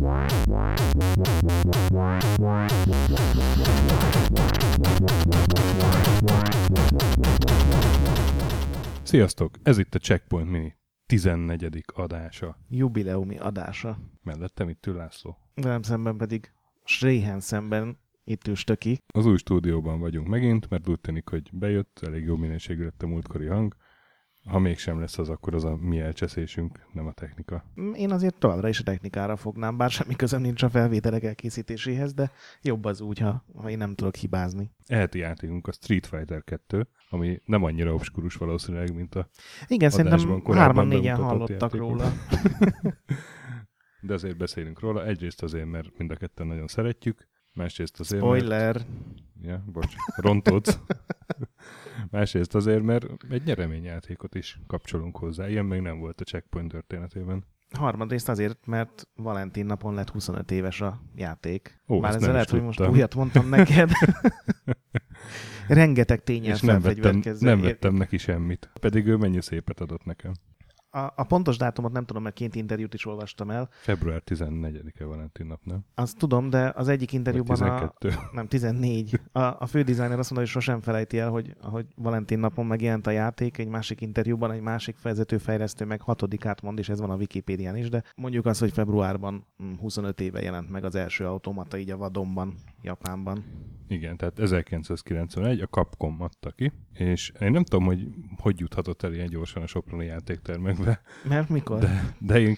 Sziasztok! Ez itt a Checkpoint Mini 14. adása. Jubileumi adása. Mellettem itt ül László. Velem szemben pedig Sréhen szemben itt ül Stöki. Az új stúdióban vagyunk megint, mert úgy tűnik, hogy bejött, elég jó minőségű lett a múltkori hang. Ha mégsem lesz az, akkor az a mi elcseszésünk, nem a technika. Én azért továbbra is a technikára fognám, bár semmi közöm nincs a felvételek elkészítéséhez, de jobb az úgy, ha én nem tudok hibázni. Eheti játékunk a Street Fighter 2, ami nem annyira obskurus valószínűleg, mint a igen, szerintem 3-4-en hallottak játékok róla. De azért beszélünk róla. Egyrészt azért, mert mind a ketten nagyon szeretjük. Másrészt azért, Spoiler! Mert... Ja, bocs, rontod. Másrészt azért, mert egy nyereményjátékot is kapcsolunk hozzá. Ilyen még nem volt a Checkpoint történetében. Harmadrészt azért, mert Valentin napon lett 25 éves a játék. Ó, bár ezzel lehet, hogy most tudtam. újat mondtam neked. Rengeteg tényen felfegyverkezve. Nem vettem neki semmit. Pedig ő mennyi szépet adott nekem. A pontos dátumot nem tudom, mert 2 interjút is olvastam el. Február 14-e Valentin nap, nem? Azt tudom, de az egyik interjúban 14. A fődesigner azt mondta, hogy sosem felejti el, hogy Valentin napon megjelent a játék, egy másik interjúban egy másik vezetőfejlesztő meg 6-át mond, és ez van a Wikipédián is, de mondjuk azt, hogy februárban 25 éve jelent meg az első automata így a vadonban, Japánban. Igen, tehát 1991 a Capcom adta ki, és én nem tudom, hogy juthatott el ilyen gyorsan a soproni játéktermekbe. Mert mikor? De én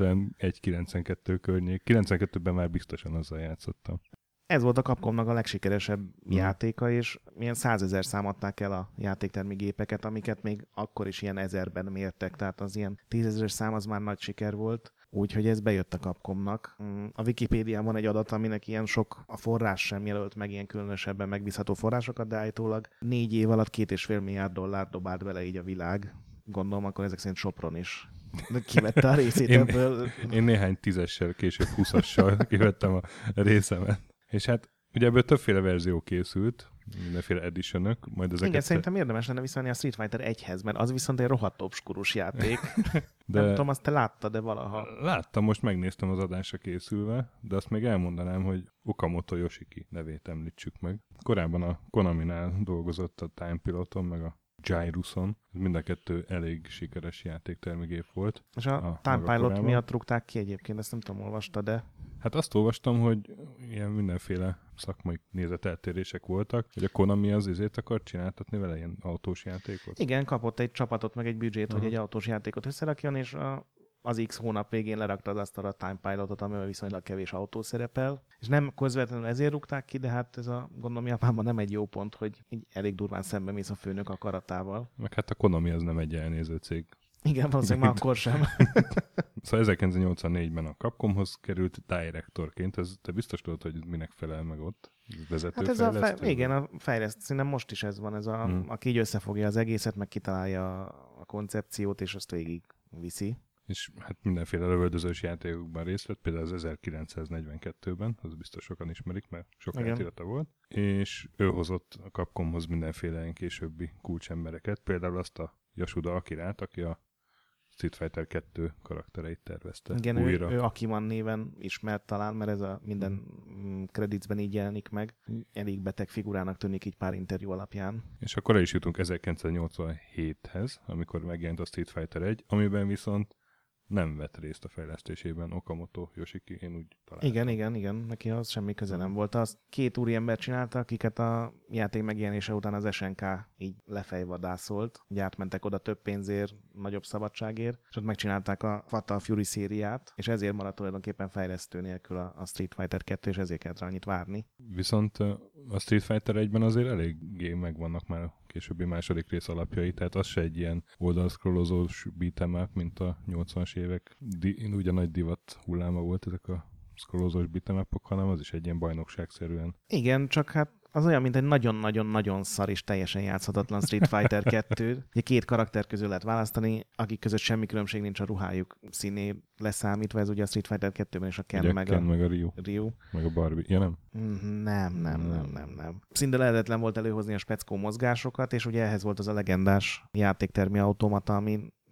91-92 környék, 92-ben már biztosan azzal játszottam. Ez volt a Capcomnak a legsikeresebb játéka, és milyen 100 000 szám adták el a játéktermi gépeket, amiket még akkor is ilyen 1000-ben mértek, tehát az ilyen 10 000-es szám az már nagy siker volt. Úgyhogy ez bejött a Capcomnak. A Wikipédián van egy adat, aminek ilyen sok a forrás sem jelölt meg ilyen különösebben megbízható forrásokat, de állítólag 4 év alatt $2,5 milliárd dobált bele így a világ. Gondolom, akkor ezek szerint Sopron is kivette a részét ebből. Én néhány 10-essel, később 20-assal kivettem a részemet. És hát ugye ebből többféle verzió készült, mindenféle editionök, majd ezeket... Igen, szerintem érdemes lenne visszamenni a Street Fighter 1-hez, mert az viszont egy rohadt obskurus játék. De... Nem tudom, azt te láttad-e valaha? Láttam, most megnéztem az adásra készülve, de azt még elmondanám, hogy Okamoto Yoshiki nevét említsük meg. Korábban a Konami-nál dolgozott a Time Piloton, meg a Gyruson. Mind a kettő elég sikeres játéktermigép volt. És a Time Pilot miatt rúgták ki egyébként, ezt nem tudom, olvasta, de... Hát azt olvastam, hogy ilyen mindenféle szakmai nézeteltérések voltak, hogy a Konami az ezért akart csináltatni vele ilyen autós játékot. Igen, kapott egy csapatot, meg egy büdzsét, hogy egy autós játékot összerakjon, és az X hónap végén lerakta az asztalra a Time Pilotot, amivel viszonylag kevés autó szerepel. És nem közvetlenül ezért rúgták ki, de hát ez gondolom Japánban nem egy jó pont, hogy így elég durván szembe mész a főnök akaratával. Meg hát a Konami az nem egy elnéző cég. Igen, valószínűleg már akkor sem. Szóval 1984-ben a Capcomhoz került directorként. Te biztos tudod, hogy minek felel meg ott? Vezetőfejlesztő? Hát ez igen, a fejlesztő, szerintem most is ez van, ez aki így összefogja az egészet, meg kitalálja a koncepciót, és azt végig viszi. És hát mindenféle lövöldözős játékokban részt vett, például az 1942-ben, az biztos sokan ismerik, mert sok átirata volt, és ő hozott a Capcomhoz mindenféle későbbi kulcsembereket, például azt a Yasuda Akirát, aki a Street Fighter 2 karaktereit tervezte. Igen, ő Akiman néven ismert talán, mert ez a minden creditsben így jelenik meg. Elég beteg figurának tűnik így pár interjú alapján. És akkor el is jutunk 1987-hez, amikor megjelent a Street Fighter 1, amiben viszont nem vett részt a fejlesztésében Okamoto Yoshiki, én úgy találtam. Igen, neki az semmi köze nem volt. Azt 2 úriember csinálta, akiket a játék megjelenése után az SNK így lefejvadászolt. Ugye átmentek oda több pénzért, nagyobb szabadságért, és ott megcsinálták a Fatal Fury szériát, és ezért maradt tulajdonképpen fejlesztő nélkül a Street Fighter 2, és ezért kellett rá annyit várni. Viszont a Street Fighter 1-ben azért eléggé megvannak már későbbi második rész alapjai, tehát az se egy ilyen oldalszkrollozós beat'em up, mint a 80-as évek. Ugye nagy divat hulláma volt ezek a scrollozós beat'em up-ok, hanem az is egy ilyen bajnokságszerűen. Igen, csak hát az olyan, mint egy nagyon-nagyon-nagyon szar és teljesen játszhatatlan Street Fighter 2. Ugye 2 karakter közül lehet választani, akik között semmi különbség nincs a ruhájuk színé leszámítva, ez ugye a Street Fighter 2-ben is a Ken, meg a Ryu. Meg a Barbie. Ja, nem? Nem. Szinte lehetetlen volt előhozni a speckó mozgásokat, és ugye ehhez volt az a legendás játéktermi automata, ami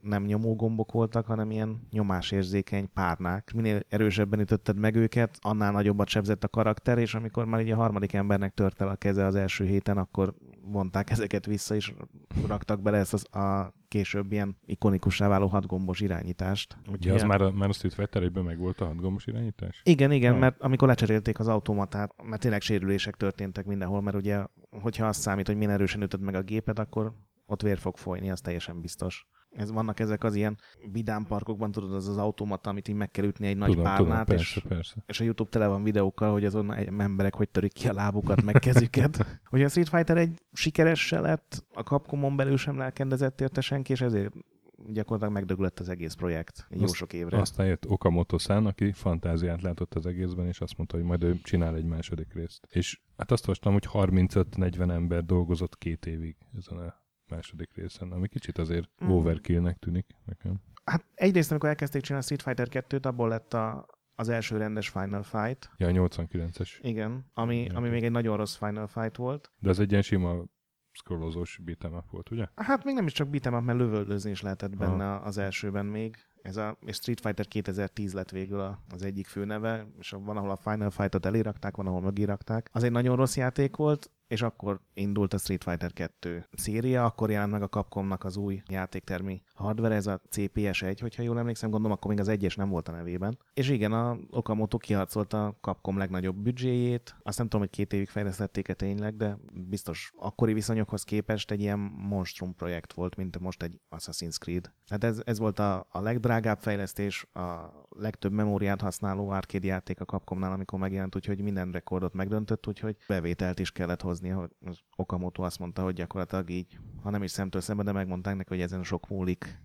nem nyomógombok voltak, hanem ilyen nyomásérzékeny párnák. Minél erősebben ütötted meg őket, annál nagyobbat sebzett a karakter, és amikor már így a harmadik embernek tört el a keze az első héten, akkor vonták ezeket vissza, és raktak bele ezt a később ilyen ikonikussá váló 6 gombos irányítást. Ja, az már a Street Fighter 1-ben meg volt a 6 gombos irányítás? Igen, mert amikor lecserélték az automatát, mert tényleg sérülések történtek mindenhol, mert ugye, hogyha azt számít, hogy milyen erősen ütöd meg a gépet, akkor ott vér fog folyni, az teljesen biztos. Vannak ezek az ilyen vidámparkokban, tudod, az automata, amit így meg kell ütni egy nagy párnát, persze. És a YouTube tele van videókkal, hogy azon emberek hogy törik ki a lábukat, meg kezüket. Ugye a Street Fighter egy sikeres se lett, a Capcomon belül sem lelkendezett érte senki, és ezért gyakorlatilag megdöglött az egész projekt jó sok évre. Aztán jött Okamoto-san, aki fantáziát látott az egészben, és azt mondta, hogy majd ő csinál egy második részt. És hát azt olvastam, hogy 35-40 ember dolgozott 2 évig ezen a második részen, ami kicsit azért overkillnek tűnik nekem. Hát egyrészt, amikor elkezdték csinálni a Street Fighter 2-t, abból lett az első rendes Final Fight. Ja, a 89-es. Igen, ami még egy nagyon rossz Final Fight volt. De ez egy ilyen sima scrollozós beat'em up volt, ugye? Hát még nem is csak beat'em up, mert lövöldözni is lehetett benne az elsőben még. És Street Fighter 2010 lett végül az egyik főneve, és van, ahol a Final Fight-ot elérakták, van, ahol mögé rakták. Az egy nagyon rossz játék volt, és akkor indult a Street Fighter 2 széria, akkor jelent meg a Capcomnak az új játéktermi hardware, ez a CPS-1, hogyha jól emlékszem, gondolom, akkor még az 1-es nem volt a nevében. És igen, a Okamoto kiharcolta a Capcom legnagyobb büdzséjét, azt nem tudom, hogy 2 évig fejlesztették-e tényleg, de biztos akkori viszonyokhoz képest egy ilyen monstrum projekt volt, mint most egy Assassin's Creed. Hát ez volt a legdrágább fejlesztés, a legtöbb memóriát használó arcade játék a Capcomnál, amikor megjelent, úgyhogy minden rekordot megdöntött, úgyhogy bevételt is kellett hozni. Az Okamoto azt mondta, hogy gyakorlatilag így, ha nem is szemtől szembe, de megmondták neki, hogy ezen sok múlik.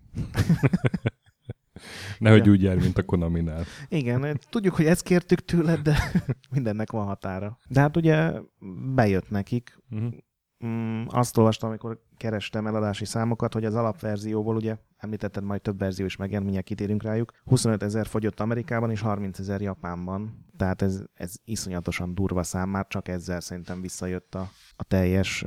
Nehogy úgy jár, mint a Konami-nál. Igen, tudjuk, hogy ezt kértük tőled, de mindennek van határa. De hát ugye bejött nekik. Azt olvastam, amikor kerestem eladási számokat, hogy az alapverzióból, ugye említetted, majd több verzió is megjelent, mindjárt kitérünk rájuk, 25 000 fogyott Amerikában és 30 000 Japánban. Tehát ez iszonyatosan durva szám, már csak ezzel szerintem visszajött a teljes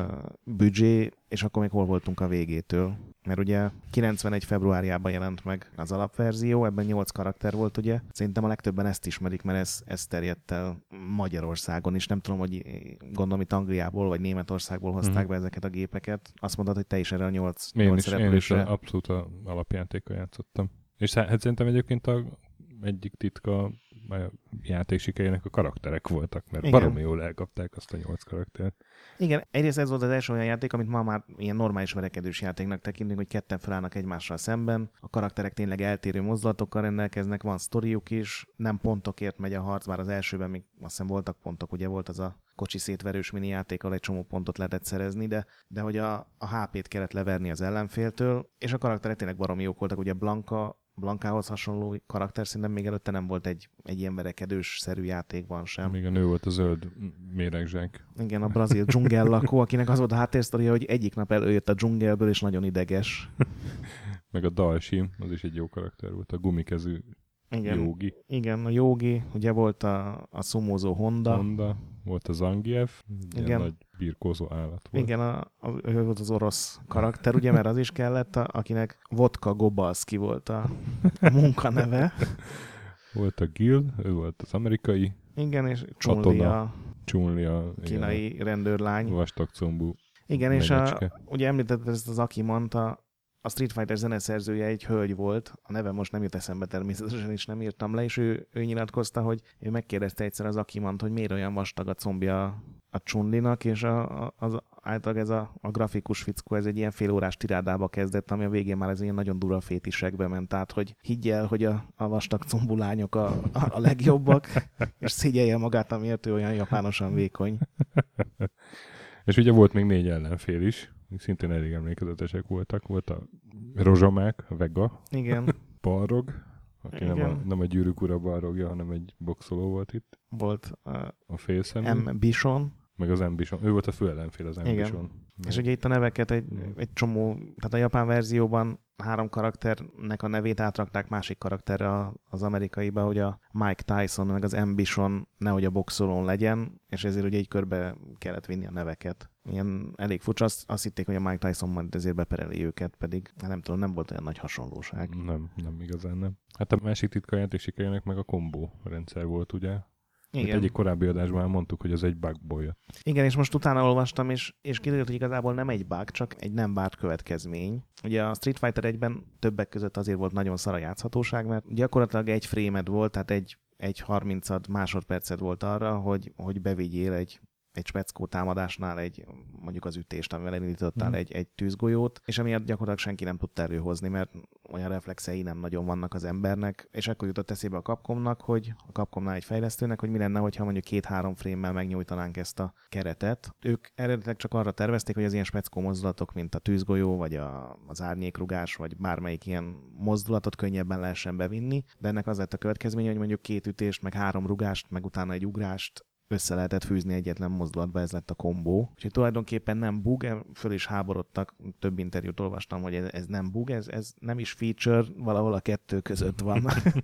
büdzsé, és akkor még hol voltunk a végétől. Mert ugye 91 februárjában jelent meg az alapverzió, ebben 8 karakter volt, ugye. Szerintem a legtöbben ezt ismerik, mert ez terjedt el Magyarországon is. Nem tudom, hogy gondolom itt Angliából vagy Németországból hozták be ezeket a gépeket. Azt mondtad, hogy te is erre a 8 Én is abszolút a alapjátékkal játszottam. És hát szerintem egyébként egyik titka a játék sikerének a karakterek voltak, mert baromi jól elkapták azt a 8 karaktert. Igen, egyrészt ez volt az első olyan játék, amit ma már ilyen normális verekedős játéknak tekintünk, hogy ketten felállnak egymással szemben, a karakterek tényleg eltérő mozdulatokkal rendelkeznek, van sztoriuk is, nem pontokért megy a harc, bár az elsőben még azt hiszem voltak pontok, ugye volt az a kocsi szétverős mini játék, ahol egy csomó pontot lehetett szerezni, de hogy a HP-t kellett leverni az ellenféltől, és a karakterek tényleg baromi jók voltak, ugye Blankához hasonló karakter szerintem még előtte nem volt egy ilyen verekedős-szerű játékban sem. Még a nő volt a zöld méregzsák. Igen, a brazil dzsungel lakó, akinek az volt a háttérsztoria, hogy egyik nap előjött a dzsungelből, és nagyon ideges. Meg a Dalsim, az is egy jó karakter volt, a gumikezű Yogi. Igen, a Yogi, ugye volt a szumózó Honda, volt a Zangief, ilyen nagy birkózó állat volt. Igen, ő volt az orosz karakter, ugye, mert az is kellett, akinek Vodka Gobalski volt a munkaneve. Volt a Gil, ő volt az amerikai. Igen, és Chun-Li a kínai rendőrlány. Vastagcombú. Igen, és ugye említetted ezt az Akimant, a Street Fighter zeneszerzője egy hölgy volt, a neve most nem jut eszembe természetesen, és nem írtam le, és ő nyilatkozta, hogy ő megkérdezte egyszer az Akimant, hogy miért olyan vastag a combja a Chun-Linak, és általában ez a grafikus fickó, ez egy ilyen félórás tirádába kezdett, ami a végén már ez ilyen nagyon durva fétisekbe ment át, hogy higgyel, hogy a vastag combú lányok a legjobbak, és szégyelje magát, amiért ő olyan japánosan vékony. És ugye volt még 4 ellenfél is, szintén elég emlékezetesek voltak. Volt a Rozsomák, a Vega. Igen. Balrog, aki nem a Gyűrűk ura balrogja, hanem egy boxoló volt itt. Volt a félszemű. M. Bison. Meg az M. Bison. Ő volt a főellenfél, az M. Igen. Bison. És ugye itt a neveket egy csomó, tehát a japán verzióban három karakternek a nevét átrakták másik karakterre az amerikaiba, hogy a Mike Tyson meg az Ambition nehogy a boxolón legyen, és ezért ugye így körbe kellett vinni a neveket. Ilyen elég furcsa, azt hitték, hogy a Mike Tyson majd ezért bepereli őket, pedig nem tudom, nem volt olyan nagy hasonlóság. Nem igazán nem. Hát a másik titka játék sikerének meg a kombó rendszer volt, ugye? Igen. Egyik korábbi adásban mondtuk, hogy az egy bugból jött. Igen, és most utána olvastam, és kiderült, hogy igazából nem egy bug, csak egy nem várt következmény. Ugye a Street Fighter 1-ben többek között azért volt nagyon szar a játszhatóság, mert gyakorlatilag egy frame-ed volt, tehát egy 30 másodpercet volt arra, hogy bevigyél egy speckó támadásnál mondjuk az ütést, amivel elindítottál egy tűzgolyót, és emiatt gyakorlatilag senki nem tudta előhozni, mert olyan reflexei nem nagyon vannak az embernek, és akkor jutott eszébe a Capcomnak, a Capcomnál egy fejlesztőnek, hogy mi lenne, hogyha mondjuk 2-3 frame-mel megnyújtanánk ezt a keretet. Ők eredetileg csak arra tervezték, hogy az ilyen speckó mozdulatok, mint a tűzgolyó, vagy az árnyékrugás, vagy bármelyik ilyen mozdulatot könnyebben lehessen bevinni, de ennek az lett a következménye, hogy mondjuk 2 ütést, meg 3 rugást, meg utána egy ugrást össze lehetett fűzni egyetlen mozdulatba, ez lett a kombó. Úgyhogy tulajdonképpen nem bug, föl is háborodtak, több interjút olvastam, hogy ez nem bug, ez nem is feature, valahol a kettő között van.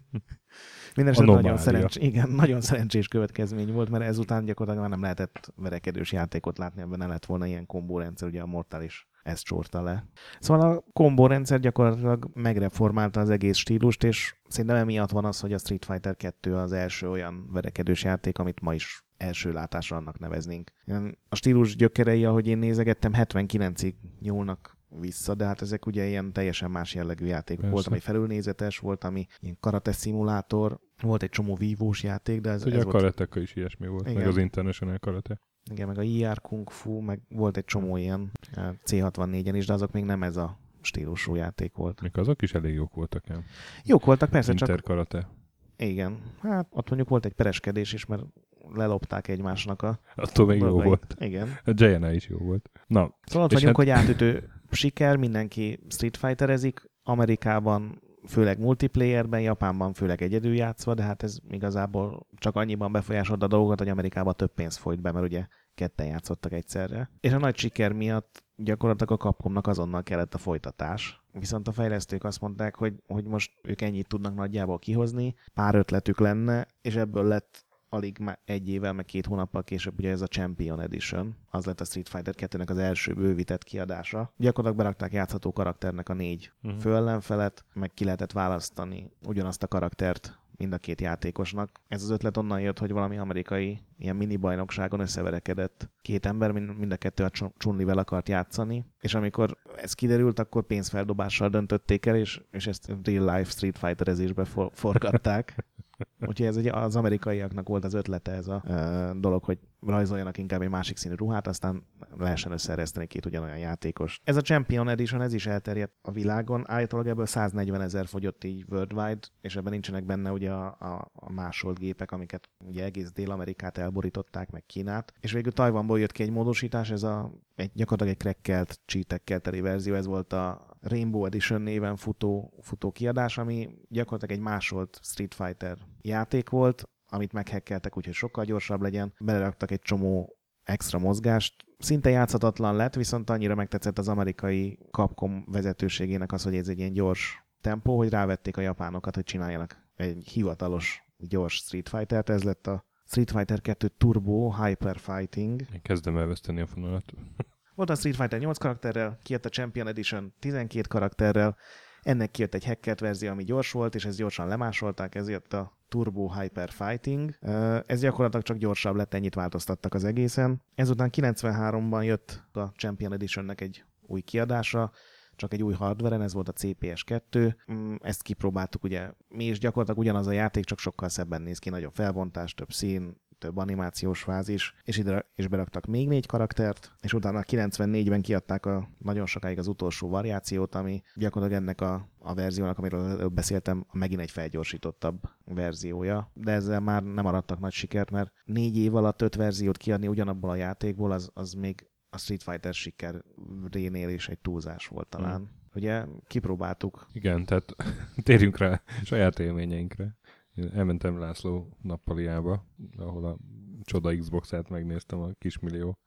Mindenesetre nagyon szerencsés következmény volt, mert ezután gyakorlatilag már nem lehetett verekedős játékot látni, ebben ne lett volna ilyen kombórendszer, ugye a Mortal is ezt csorta le. Szóval a kombórendszer gyakorlatilag megreformálta az egész stílust, és szerintem emiatt van az, hogy a Street Fighter 2 az első olyan verekedős játék, amit ma is első látásra annak neveznénk. A stílus gyökerei, ahogy én nézegettem, 79-ig nyúlnak vissza, de hát ezek ugye ilyen teljesen más jellegű játékok. Volt, ami felülnézetes, volt, ami ilyen karate szimulátor, volt egy csomó vívós játék, de ez ugye volt... a karateka is ilyesmi volt, igen. Meg az International Karate. Igen, meg a IR Kung Fu, meg volt egy csomó ilyen C64-en is, de azok még nem ez a stílusú játék volt. Még azok is elég jók voltak, nem? Jók voltak, persze, Interkarate. Igen. Hát ott mondjuk volt egy pereskedés is, mert lelopták egymásnak a... Attól még jó volt. Igen. A JNA is jó volt. Na, szóval ott vagyunk, hogy átütő siker, mindenki Street Fighterezik, Amerikában főleg multiplayerben, Japánban főleg egyedül játszva, de hát ez igazából csak annyiban befolyásolta a dolgokat, hogy Amerikában több pénz folyt be, mert ugye ketten játszottak egyszerre. És a nagy siker miatt gyakorlatilag a Capcomnak azonnal kellett a folytatás. Viszont a fejlesztők azt mondták, hogy most ők ennyit tudnak nagyjából kihozni, pár ötletük lenne, és ebből lett alig már 1 évvel, meg 2 hónappal később ugye ez a Champion Edition. Az lett a Street Fighter 2-nek az első bővített kiadása. Gyakorlatilag berakták játszható karakternek a 4 főellenfelet, meg ki lehetett választani ugyanazt a karaktert mind a 2 játékosnak. Ez az ötlet onnan jött, hogy valami amerikai ilyen mini bajnokságon összeverekedett 2 ember, mind a 2 a Chun-Livel akart játszani, és amikor ez kiderült, akkor pénzfeldobással döntötték el, és ezt real life Street Fighter-ezésbe forgatták. Úgyhogy ez az amerikaiaknak volt az ötlete ez a dolog, hogy rajzoljanak inkább egy másik színű ruhát, aztán lehessen összeereszteni 2 ugyanolyan játékos. Ez a Champion Edition, ez is elterjedt a világon. Állítólag ebből 140 000 fogyott így worldwide, és ebben nincsenek benne ugye a másolt gépek, amiket ugye egész Dél-Amerikát elborították, meg Kínát. És végül Tajvanból jött ki egy módosítás, ez gyakorlatilag egy crackelt, cheatekkel teli verzió, ez volt a Rainbow Edition néven futó kiadás, ami gyakorlatilag egy másolt Street Fighter játék volt, amit meghekkeltek, úgyhogy sokkal gyorsabb legyen. Beleraktak egy csomó extra mozgást. Szinte játszhatatlan lett, viszont annyira megtetszett az amerikai Capcom vezetőségének az, hogy ez egy ilyen gyors tempó, hogy rávették a japánokat, hogy csináljanak egy hivatalos, gyors Street Fighter-t. Ez lett a Street Fighter 2 Turbo Hyper Fighting. Én kezdem elveszteni a fonalat. Volt a Street Fighter 8 karakterrel, kijött a Champion Edition 12 karakterrel, ennek kijött egy hackert verzió, ami gyors volt, és ezt gyorsan lemásolták, ez jött a Turbo Hyper Fighting. Ez gyakorlatilag csak gyorsabb lett, ennyit változtattak az egészen. Ezután 93-ban jött a Champion Editionnek egy új kiadása, csak egy új hardveren, ez volt a CPS2. Ezt kipróbáltuk ugye mi is, gyakorlatilag ugyanaz a játék, csak sokkal szebben néz ki, nagyobb felbontás, több szín, több animációs fázis, és ide is beraktak még 4 karaktert, és utána 94-ben kiadták nagyon sokáig az utolsó variációt, ami gyakorlatilag ennek a verziónak, amiről előbb beszéltem, megint egy felgyorsítottabb verziója, de ezzel már nem arattak nagy sikert, mert 4 év alatt 5 verziót kiadni ugyanabból a játékból, az még a Street Fighter sikerénél is egy túlzás volt talán. Ugye kipróbáltuk. Igen, tehát térjünk rá saját élményeinkre. Elmentem László nappaliába, ahol a csoda Xbox-át megnéztem a kismillió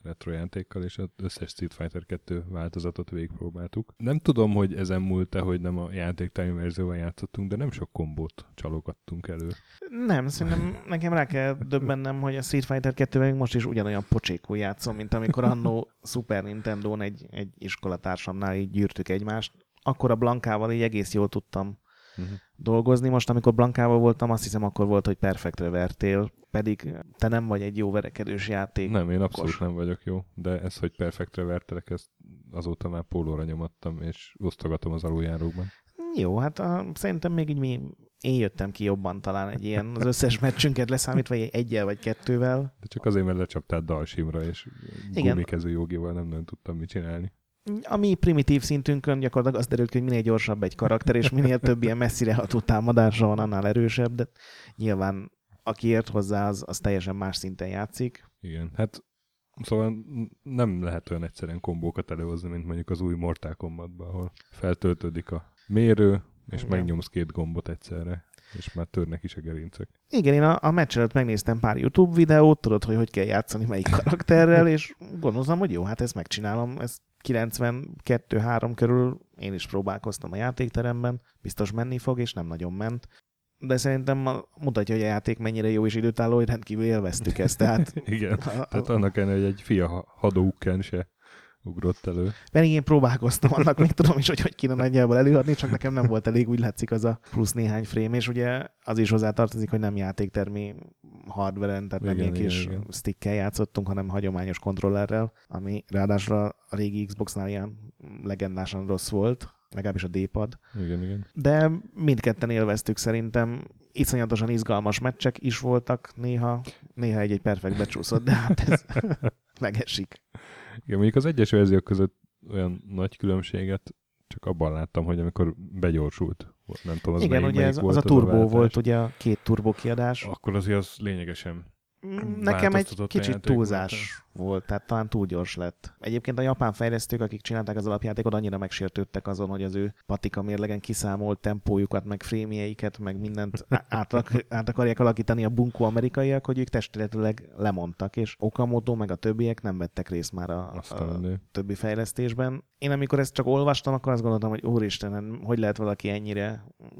retro játékkal, és az összes Street Fighter 2 változatot végigpróbáltuk. Nem tudom, hogy ezen múlt-e, hogy nem a játéktárgyi verzióval játszottunk, de nem sok kombót csalogattunk elő. Nem, szerintem nekem rá kell döbbennem, hogy a Street Fighter 2-ben most is ugyanolyan pocsékul játszom, mint amikor annó Super Nintendón egy iskolatársamnál így gyűrtük egymást. Akkor a Blankával így egész jól tudtam dolgozni. Most, amikor Blankával voltam, azt hiszem, akkor volt, hogy perfektre vertél, pedig te nem vagy egy jó verekedős játék. Nem, én abszolút nem vagyok jó, de ez, hogy perfektre vertelek, ezt azóta már pólóra nyomattam, és osztogatom az aluljárókban. Jó, hát szerintem még így én jöttem ki jobban talán egy ilyen, az összes meccsünket leszámítva egyel vagy kettővel. De csak azért, mert lecsaptál Dalsimra, és gumikező jogival nem nagyon tudtam mit csinálni. A mi primitív szintünkön gyakorlatilag az derült ki, hogy minél gyorsabb egy karakter, és minél több ilyen messzire ható támadásra van, annál erősebb, de nyilván aki ért hozzá, az teljesen más szinten játszik. Igen, hát szóval nem lehet olyan egyszerűen kombókat előhozni, mint mondjuk az új Mortal Kombatban, ahol feltöltődik a mérő, és igen, megnyomsz 2 gombot egyszerre, és már törnek is a gerincek. Igen, én a meccs előtt megnéztem pár YouTube videót, tudod, hogy kell játszani melyik karakterrel, és gondoltam, hogy jó, hát ezt megcsinálom, ezt 92-3 körül én is próbálkoztam a játékteremben, biztos menni fog, és nem nagyon ment. De szerintem mutatja, hogy a játék mennyire jó és időtálló, hogy rendkívül élveztük ezt. Tehát igen, tehát annak ellenére, hogy egy fia Hadouken se ugrott elő. Pedig én próbálkoztam annak, még tudom is, hogy kéne nagyjából előadni, csak nekem nem volt elég, úgy látszik az a plusz néhány frame, és ugye az is hozzátartozik, hogy nem játéktermi hardware-en, tehát nem ilyen kis stickkel játszottunk, hanem hagyományos kontrollerrel, ami ráadásul a régi Xbox-nál ilyen legendásan rossz volt, legalábbis a D-pad. Igen. De mindketten élveztük szerintem. Iszonyatosan izgalmas meccsek is voltak néha egy perfekt becsúszott, de hát ez megesik. Igen, mondjuk az egyes verziók között olyan nagy különbséget csak abban láttam, hogy amikor begyorsult. Nem tudom, az igen, ugye ez az a turbó volt, ugye a 2 turbó kiadás. Akkor azért az lényegesen nekem egy kicsit túlzás volt, tehát talán túl gyors lett. Egyébként a japán fejlesztők, akik csinálták az alapjátékot, annyira megsértődtek azon, hogy az ő patika mérlegen kiszámolt tempójukat, meg frémjeiket, meg mindent át akarják alakítani a bunkó amerikaiak, hogy ők testiletileg lemondtak, és Okamoto meg a többiek nem vettek részt már a többi fejlesztésben. Én amikor ezt csak olvastam, akkor azt gondoltam, hogy úristen, hogy lehet valaki ennyire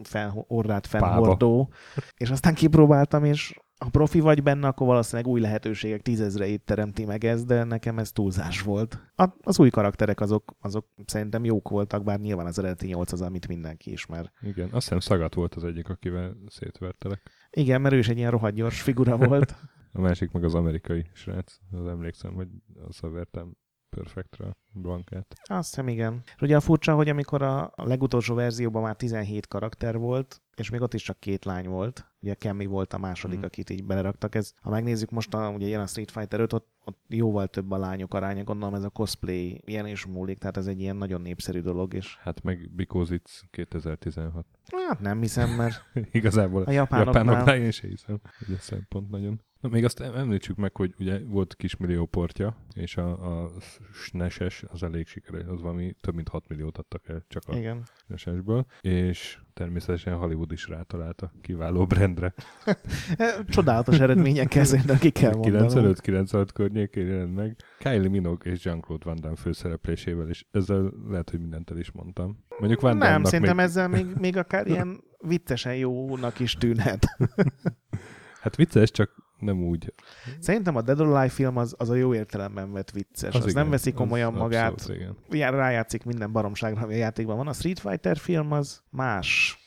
orrát fennhordó, és aztán kipróbáltam, és ha profi vagy benne, akkor valószínűleg új lehetőségek 10 000-eit teremti meg ez, de nekem ez túlzás volt. Az új karakterek azok szerintem jók voltak, bár nyilván az eredeti 8 az, amit mindenki ismer. Igen, azt hiszem Szagat volt az egyik, akivel szétvertelek. Igen, mert ő is egy ilyen rohadt gyors figura volt. A másik meg az amerikai srác. Az emlékszem, hogy azzal vertem perfektre Blankát. Azt hiszem, igen. És ugye a furcsa, hogy amikor a legutolsó verzióban már 17 karakter volt, és még ott is csak 2 lány volt. Ugye Cammy volt a második, akit így beleraktak. Ez, ha megnézzük most, ugye jön a Street Fighter 5, ott jóval több a lányok aránya, gondolom ez a cosplay ilyen is múlik, tehát ez egy ilyen nagyon népszerű dolog. És... Hát meg Because It's 2016. Hát nem hiszem, mert igazából a japánoknál én sem hiszem, hogy ez szempont nagyon. Na, még azt említsük meg, hogy ugye volt kismillió portja, és a SNES-es az elég sikeres, az valami több mint 6 milliót adtak el csak a SNES-ből, és természetesen Hollywood is rátalálta kiváló brandre. Csodálatos eredményekkel szerintem ki kell mondanom. 95-96 környékén jelent meg. Kylie Minogue és Jean-Claude Van Damme főszereplésével, és ezzel lehet, hogy mindent el is mondtam. Mondjuk Van Damme-nak nem, szerintem ezzel még akár ilyen viccesen jónak is tűnhet. Hát vicces, csak nem úgy. Szerintem a Dead or Alive film az a jó értelemben vett vicces. Az igen, nem veszi komolyan magát. Abszolút, rájátszik minden baromságra, ami a játékban van. A Street Fighter film az más.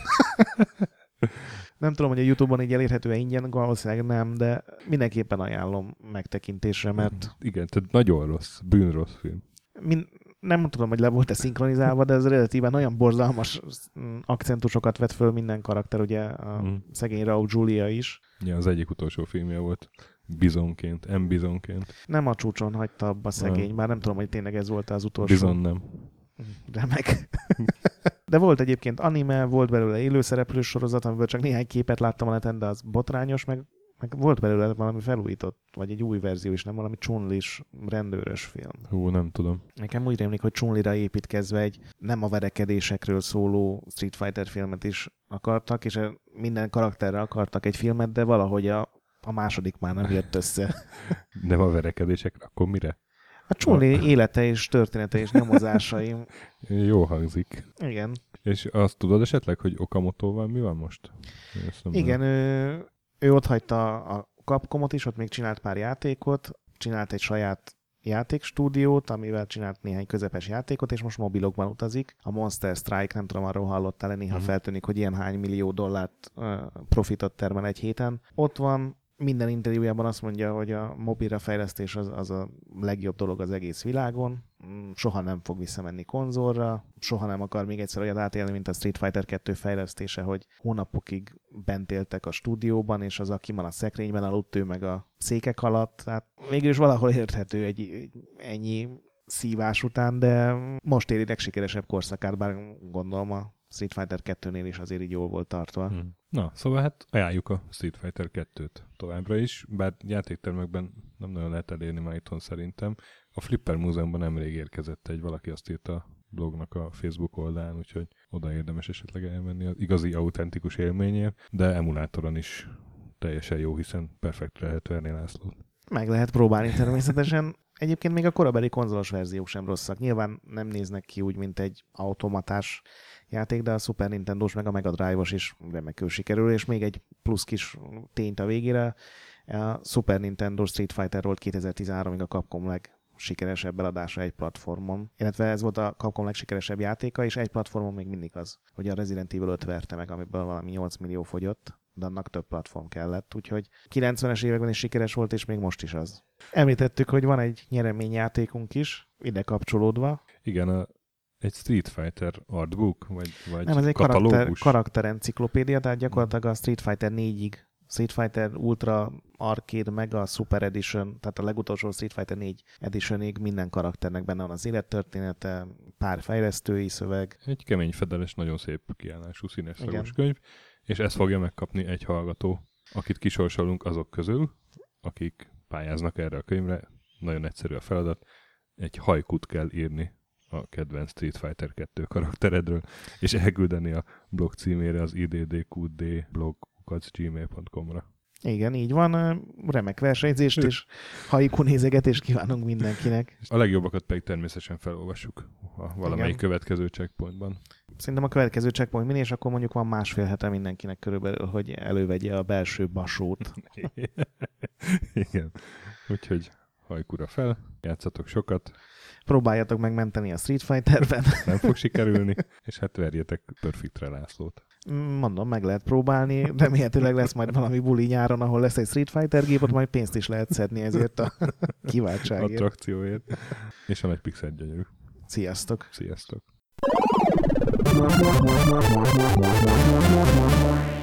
Nem tudom, hogy a YouTube-on így elérhető-e ingyen, valószínűleg nem, de mindenképpen ajánlom megtekintésre, mert... Igen, tehát nagyon rossz, bűnrossz film. Nem tudom, hogy le volt-e szinkronizálva, de ez relatíven olyan borzalmas akcentusokat vett föl minden karakter, ugye a szegény Raúl Julia is. Ja, az egyik utolsó filmje volt. Bizonként, Bizonként. Nem a csúcson hagyta abba szegény, bár nem tudom, hogy tényleg ez volt az utolsó. Bizon nem. Remek. De volt egyébként anime, volt belőle élőszereplős sorozat, amiből csak néhány képet láttam a neten, de az botrányos, meg volt belőle valami felújított, vagy egy új verzió is, nem valami Chun-Li-s rendőrös film. Hú, nem tudom. Nekem úgy rémlik, hogy Chun-Li-ra építkezve egy nem a verekedésekről szóló Street Fighter filmet is akartak, és minden karakterre akartak egy filmet, de valahogy a A második már nem jött össze. Nem a verekedésekre, akkor mire? A Chun-Li élete és története és nyomozásai. Jó hangzik. Igen. És azt tudod esetleg, hogy Okamotóval mi van most? Igen, ő ott hagyta a Capcomot is, ott még csinált pár játékot, csinált egy saját játékstúdiót, amivel csinált néhány közepes játékot, és most mobilokban utazik. A Monster Strike, nem tudom, arról hallottál, néha feltűnik, hogy ilyen hány millió dollárt profitot termel egy héten. Ott van, minden interjújában azt mondja, hogy a mobilra fejlesztés az a legjobb dolog az egész világon. Soha nem fog visszamenni konzolra, soha nem akar még egyszer olyat átélni, mint a Street Fighter 2 fejlesztése, hogy hónapokig bent éltek a stúdióban, és az, aki van a szekrényben aludt, ő meg a székek alatt. Tehát végül is valahol érthető egy ennyi szívás után, de most éli legsikeresebb korszakát, bár gondolom a Street Fighter 2-nél is azért így jól volt tartva. Na, szóval hát ajánljuk a Street Fighter 2-t továbbra is, bár játéktermekben nem nagyon lehet elérni már itthon szerintem. A Flipper Múzeumban nemrég érkezett valaki azt írta a blognak a Facebook oldalán, úgyhogy oda érdemes esetleg elmenni az igazi, autentikus élményért, de emulátoron is teljesen jó, hiszen perfektre lehet verni Lászlót. Meg lehet próbálni természetesen. Egyébként még a korabeli konzolos verziók sem rosszak. Nyilván nem néznek ki úgy, mint egy automatás játék, de a Super Nintendo-s meg a Mega Drive-os is remekül sikerül, és még egy plusz kis tényt a végére. A Super Nintendo Street Fighter volt 2013-ig a Capcom legsikeresebb eladása egy platformon. Illetve ez volt a Capcom legsikeresebb játéka, és egy platformon még mindig az, hogy a Resident Evil 5 verte meg, amiből valami 8 millió fogyott, de annak több platform kellett, úgyhogy 90-es években is sikeres volt, és még most is az. Említettük, hogy van egy nyereményjátékunk is, ide kapcsolódva. Igen, egy Street Fighter artbook, vagy nem, ez egy katalógus? karakterenciklopédia, tehát gyakorlatilag a Street Fighter 4-ig, Street Fighter Ultra Arcade meg a Super Edition, tehát a legutolsó Street Fighter 4 Editionig minden karakternek benne van az élettörténete, pár fejlesztői szöveg. Egy kemény fedeles, nagyon szép kiállású színes szagos könyv, és ezt fogja megkapni egy hallgató, akit kisorsolunk azok közül, akik pályáznak erre a könyvre. Nagyon egyszerű a feladat, egy hajkut kell írni a kedvenc Street Fighter 2 karakteredről, és elküldeni a blog címére az iddqdblog@gmail.com-ra. Igen, így van. Remek versenyzést és haiku nézegetést kívánunk mindenkinek. A legjobbakat pedig természetesen felolvassuk a valamelyik következő checkpointban. Szerintem a következő checkpoint mini, és akkor mondjuk van másfél hete mindenkinek körülbelül, hogy elővegye a belső basót. Igen. Úgyhogy hajkura fel, játszatok sokat. Próbáljatok megmenteni a Street Fighterben. Nem fog sikerülni, és hát verjetek Perfectre Lászlót. Mondom, meg lehet próbálni, remélhetőleg lesz majd valami buli nyáron, ahol lesz egy Street Fighter gép, ott majd pénzt is lehet szedni ezért a kiváltságért. Attrakcióért. És a nagy pixel gyönyörű. Sziasztok! Sziasztok!